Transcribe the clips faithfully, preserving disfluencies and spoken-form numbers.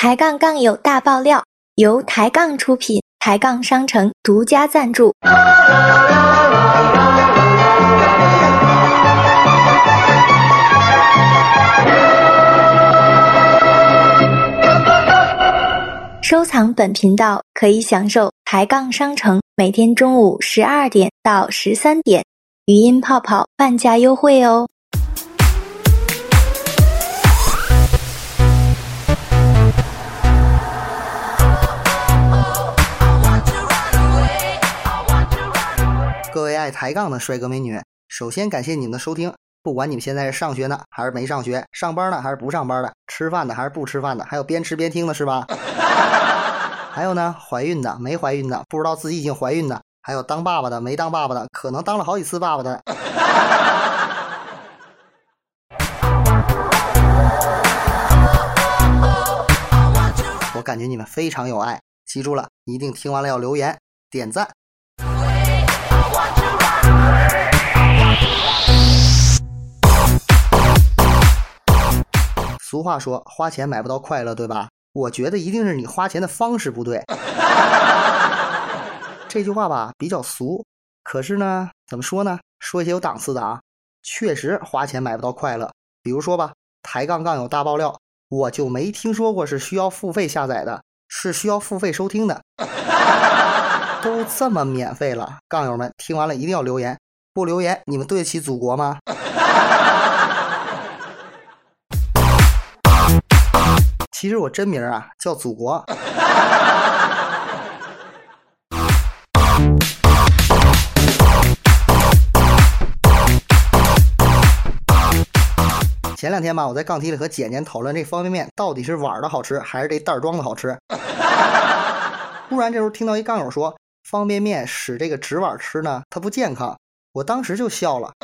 抬杠杠友大爆料，由抬杠出品，抬杠商城独家赞助。收藏本频道可以享受抬杠商城每天中午十二点到十三点语音泡泡半价优惠哦。 各位爱抬杠的帅哥美女，首先感谢你们的收听。不管你们现在是上学呢还是没上学，上班呢还是不上班的，吃饭的还是不吃饭的，还有边吃边听的是吧？还有呢，怀孕的没怀孕的，不知道自己已经怀孕的，还有当爸爸的没当爸爸的，可能当了好几次爸爸的。我感觉你们非常有爱，记住了，一定听完了要留言点赞。俗话说花钱买不到快乐，对吧？我觉得一定是你花钱的方式不对。这句话吧比较俗，可是呢怎么说呢，说一些有档次的啊，确实花钱买不到快乐。比如说吧，抬杠杠有大爆料，我就没听说过是需要付费下载的，是需要付费收听的。都这么免费了，杠友们听完了一定要留言，不留言你们对得起祖国吗？其实我真名啊叫祖国。前两天吧，我在杠梯里和简简讨论这方便面到底是碗的好吃还是这袋装的好吃。突然这时候听到一杠友说，方便面使这个纸碗吃呢它不健康，我当时就笑了。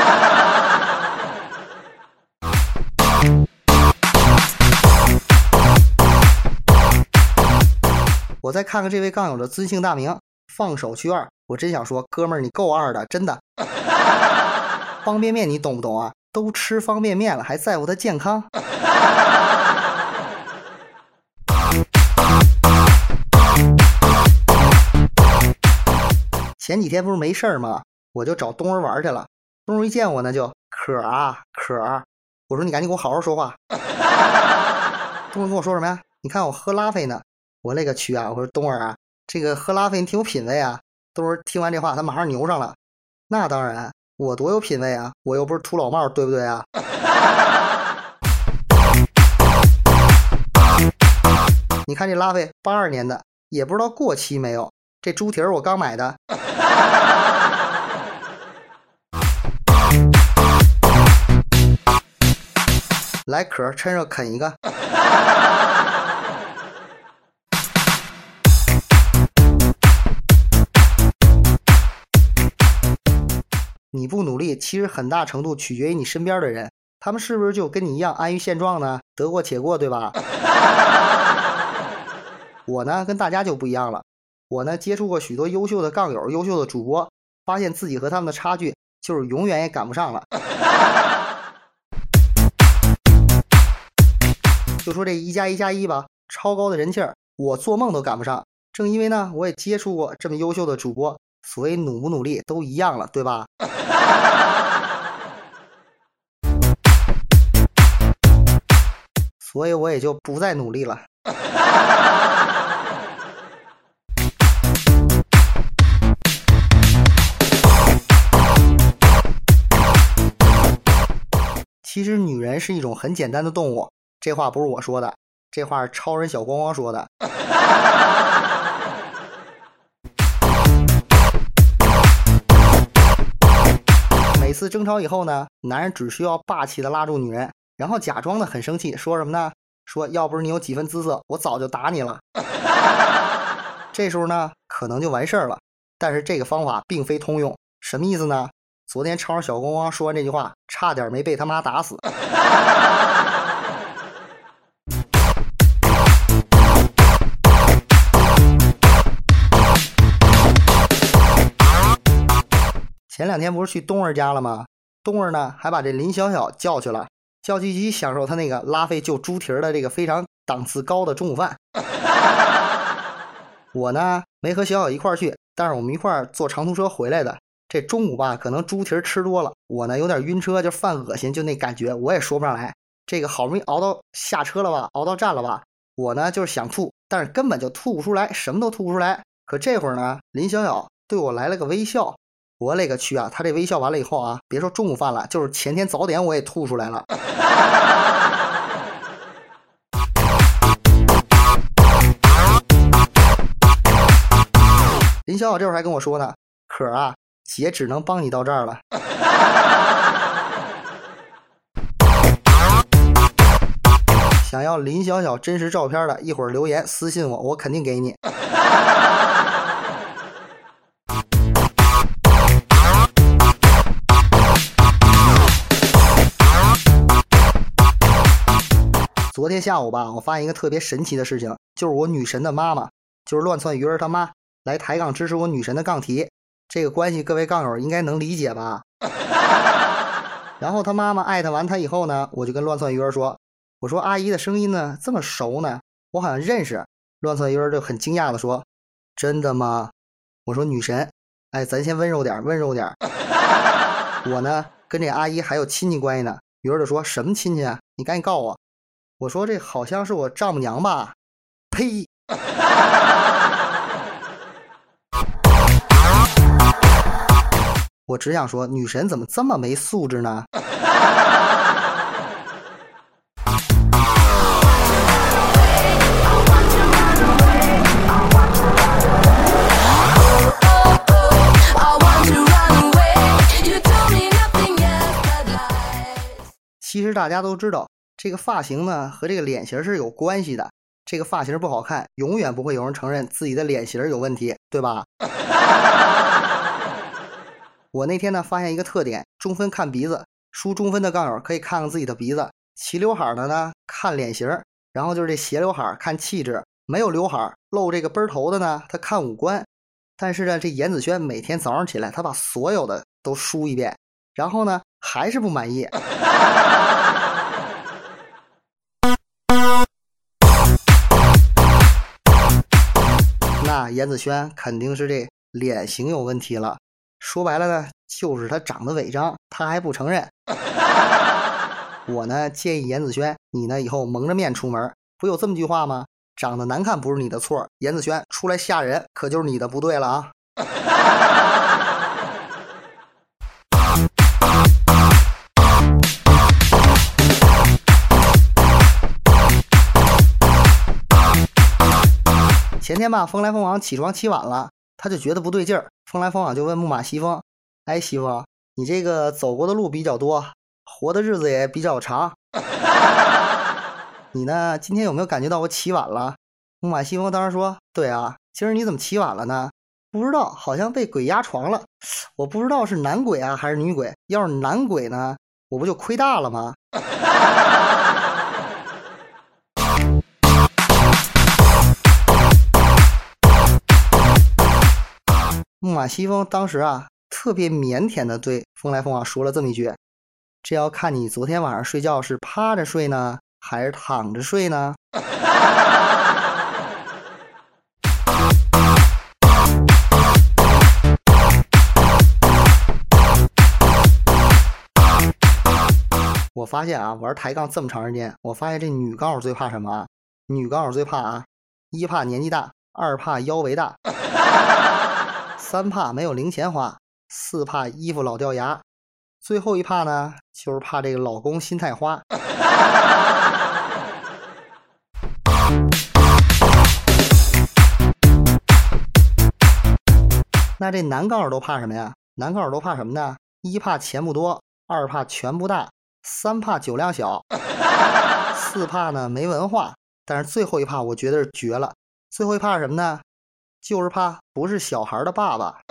我再看看这位杠友的尊姓大名，放手去二，我真想说，哥们儿你够二的，真的。方便面你懂不懂啊？都吃方便面了，还在乎它健康？前几天不是没事儿吗？我就找东儿玩去了。东儿一见我呢就可啊可啊，我说你赶紧给我好好说话。东儿跟我说什么呀？你看我喝拉菲呢。我勒个去啊！我说东儿啊，这个喝拉菲你挺有品位啊。东儿听完这话他马上牛上了。那当然，我多有品位啊，我又不是秃老帽，对不对啊？你看这拉菲八二年的，也不知道过期没有，这猪蹄儿我刚买的。来可趁热啃一个。你不努力，其实很大程度取决于你身边的人，他们是不是就跟你一样安于现状呢？得过且过，对吧？我呢跟大家就不一样了，我呢接触过许多优秀的杠友、优秀的主播，发现自己和他们的差距就是永远也赶不上了。就说这一加一加一吧，超高的人气儿，我做梦都赶不上。正因为呢我也接触过这么优秀的主播，所以努不努力都一样了，对吧？所以我也就不再努力了。其实女人是一种很简单的动物，这话不是我说的，这话是超人小光光说的。每次争吵以后呢，男人只需要霸气的拉住女人，然后假装的很生气，说什么呢？说要不是你有几分姿色，我早就打你了。这时候呢，可能就完事儿了。但是这个方法并非通用，什么意思呢？昨天超人小光光说完这句话，差点没被他妈打死。前两天不是去东儿家了吗？东儿呢还把这林小小叫去了，叫去一起享受他那个拉菲救猪蹄儿的这个非常档次高的中午饭。我呢没和小小一块儿去，但是我们一块儿坐长途车回来的。这中午吧，可能猪蹄吃多了，我呢有点晕车，就犯恶心，就那感觉我也说不上来。这个好不容易熬到下车了吧，熬到站了吧，我呢就是想吐，但是根本就吐不出来，什么都吐不出来。可这会儿呢，林小小对我来了个微笑，我勒个去啊！他这微笑完了以后啊，别说中午饭了，就是前天早点我也吐出来了。林小小这会儿还跟我说呢，可儿啊，姐只能帮你到这儿了。想要林小小真实照片的，一会儿留言私信我，我肯定给你。昨天下午吧，我发现一个特别神奇的事情，就是我女神的妈妈，就是乱窜鱼儿他妈来抬杠支持我女神的杠题，这个关系各位杠友应该能理解吧？然后他妈妈艾特完他以后呢，我就跟乱窜鱼儿说，我说阿姨的声音呢这么熟呢，我好像认识。乱窜鱼儿就很惊讶的说，真的吗？我说女神，哎，咱先温柔点温柔点。我呢跟这阿姨还有亲戚关系呢。鱼儿就说，什么亲戚啊？你赶紧告我。我说这好像是我丈母娘吧。呸。我只想说，女神怎么这么没素质呢？其实大家都知道，这个发型呢和这个脸型是有关系的。这个发型不好看，永远不会有人承认自己的脸型有问题，对吧？我那天呢发现一个特点，中分看鼻子，输中分的杠友可以看看自己的鼻子，齐刘海的呢看脸型，然后就是这斜刘海看气质，没有刘海露这个奔头的呢他看五官。但是呢这严子轩每天早上起来他把所有的都梳一遍，然后呢还是不满意。那严子轩肯定是这脸型有问题了，说白了呢就是他长得违章，他还不承认。我呢建议严子轩，你呢以后蒙着面出门，不有这么句话吗？长得难看不是你的错，严子轩出来吓人可就是你的不对了啊。前天吧，风来风往起床起晚了，他就觉得不对劲儿。风来风往就问木马西风，哎，西风，你这个走过的路比较多，活的日子也比较长，你呢今天有没有感觉到我起晚了？木马西风当时说，对啊，今儿你怎么起晚了呢？不知道，好像被鬼压床了。我不知道是男鬼啊还是女鬼，要是男鬼呢，我不就亏大了吗？木马西风当时啊特别腼腆的对风来风往说了这么一句，这要看你昨天晚上睡觉是趴着睡呢还是躺着睡呢？我发现啊玩抬杠这么长时间，我发现这女杠友最怕什么啊？女杠友最怕啊，一怕年纪大，二怕腰围大，三怕没有零钱花，四怕衣服老掉牙，最后一怕呢就是怕这个老公心太花。那这男杠友都怕什么呀？男杠友都怕什么呢？一怕钱不多，二怕拳不大，三怕酒量小，四怕呢没文化，但是最后一怕我觉得是绝了。最后一怕是什么呢？就是怕不是小孩的爸爸。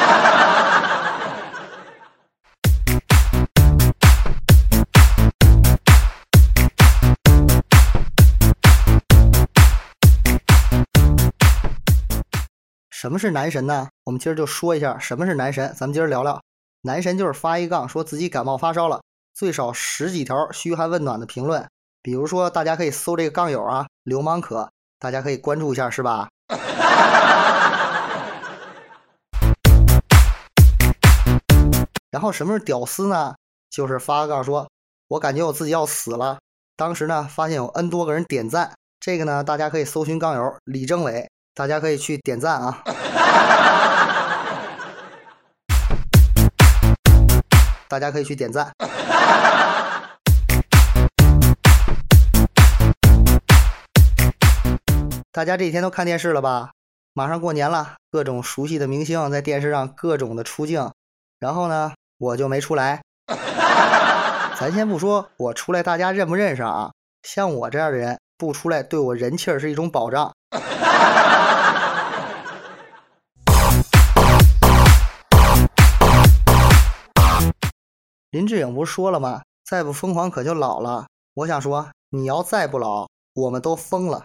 什么是男神呢？我们今儿就说一下什么是男神，咱们今儿聊聊。男神就是发一杠说自己感冒发烧了，最少十几条嘘寒问暖的评论， 比如说大家可以搜这个杠友啊，流氓可，大家可以关注一下，是吧？然后什么是屌丝呢？就是发个杠说我感觉我自己要死了，当时呢发现有 N 多个人点赞，这个呢大家可以搜寻杠友李政委，大家可以去点赞啊。大家可以去点赞。大家这几天都看电视了吧？马上过年了，各种熟悉的明星在电视上各种的出镜，然后呢我就没出来。咱先不说我出来大家认不认识啊，像我这样的人不出来对我人气儿是一种保障。林志颖不是说了吗？再不疯狂可就老了。我想说，你要再不老，我们都疯了。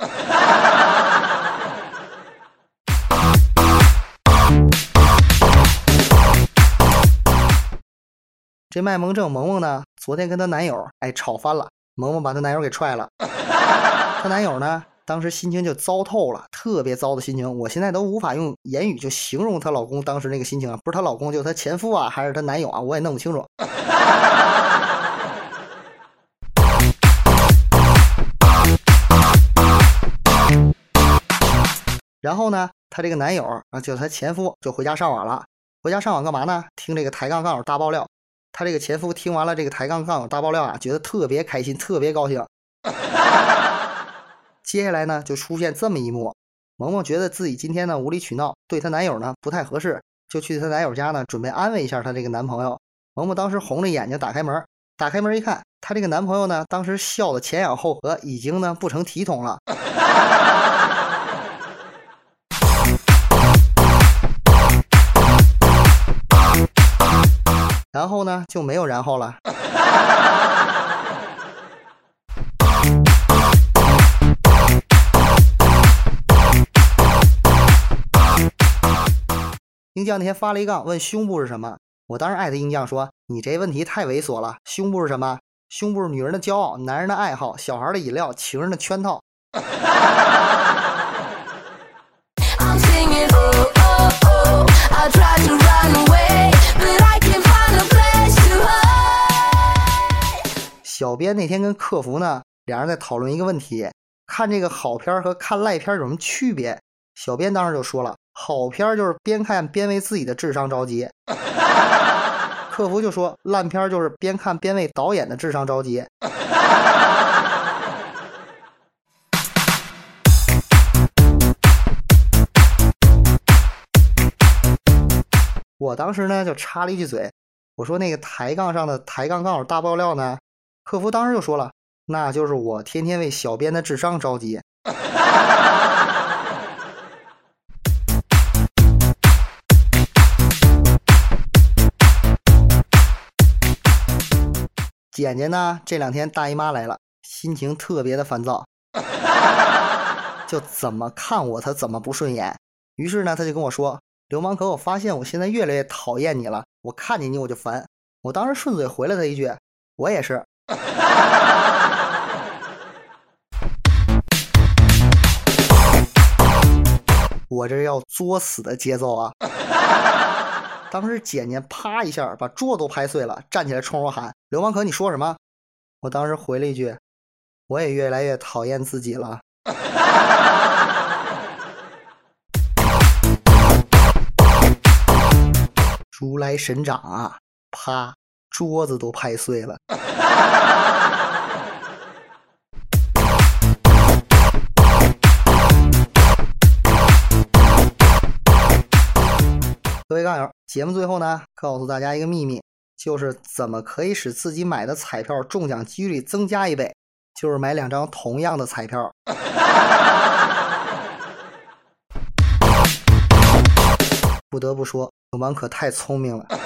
这卖萌症萌萌呢，昨天跟她男友哎吵翻了，萌萌把她男友给踹了。她男友呢，当时心情就糟透了，特别糟的心情，我现在都无法用言语就形容她老公当时那个心情啊，不是她老公，就她前夫啊，还是她男友啊，我也弄不清楚。然后呢，她这个男友啊，就她前夫就回家上网了，回家上网干嘛呢？听这个抬杠杠友大爆料。她这个前夫听完了这个抬杠杠友大爆料啊，觉得特别开心，特别高兴。接下来呢，就出现这么一幕，萌萌觉得自己今天呢无理取闹，对她男友呢不太合适，就去她男友家呢准备安慰一下她这个男朋友。萌萌当时红着眼睛打开门，打开门一看，她这个男朋友呢当时笑得前仰后合，已经呢不成体统了。然后呢就没有然后了。鹰酱那天发了一杠，问胸部是什么，我当时艾特鹰酱说，你这问题太猥琐了，胸部是什么？胸部是女人的骄傲，男人的爱好，小孩的饮料，情人的圈套。小编那天跟客服呢，俩人在讨论一个问题，看这个好片和看赖片有什么区别？小编当时就说了，好片就是边看边为自己的智商着急。客服就说，烂片就是边看边为导演的智商着急。我当时呢就插了一句嘴，我说那个抬杠上的抬杠杠友大爆料呢，客服当时就说了，那就是我天天为小编的智商着急。简简呢这两天大姨妈来了，心情特别的烦躁，就怎么看我他怎么不顺眼。于是呢他就跟我说，流氓可我发现我现在越来越讨厌你了，我看见你我就烦。我当时顺嘴回了他一句，我也是。我这要作死的节奏啊。当时简简啪一下把桌都拍碎了，站起来冲我喊，流氓可你说什么？我当时回了一句，我也越来越讨厌自己了。如来神掌啊，啪，桌子都拍碎了。各位杠友，节目最后呢，告诉大家一个秘密，就是怎么可以使自己买的彩票中奖几率增加一倍，就是买两张同样的彩票。不得不说，流氓可太聪明了。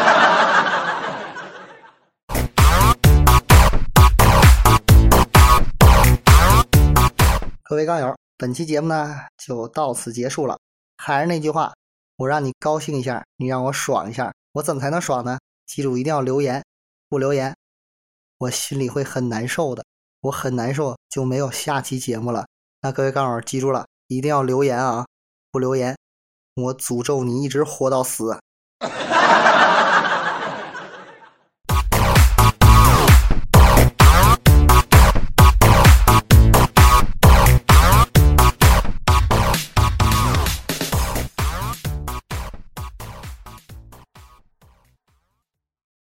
各位杠友，本期节目呢就到此结束了。还是那句话，我让你高兴一下，你让我爽一下，我怎么才能爽呢？记住一定要留言，不留言我心里会很难受的。 我很难受，就没有下期节目了。那各位杠友记住了，一定要留言啊！不留言，我诅咒你一直活到死。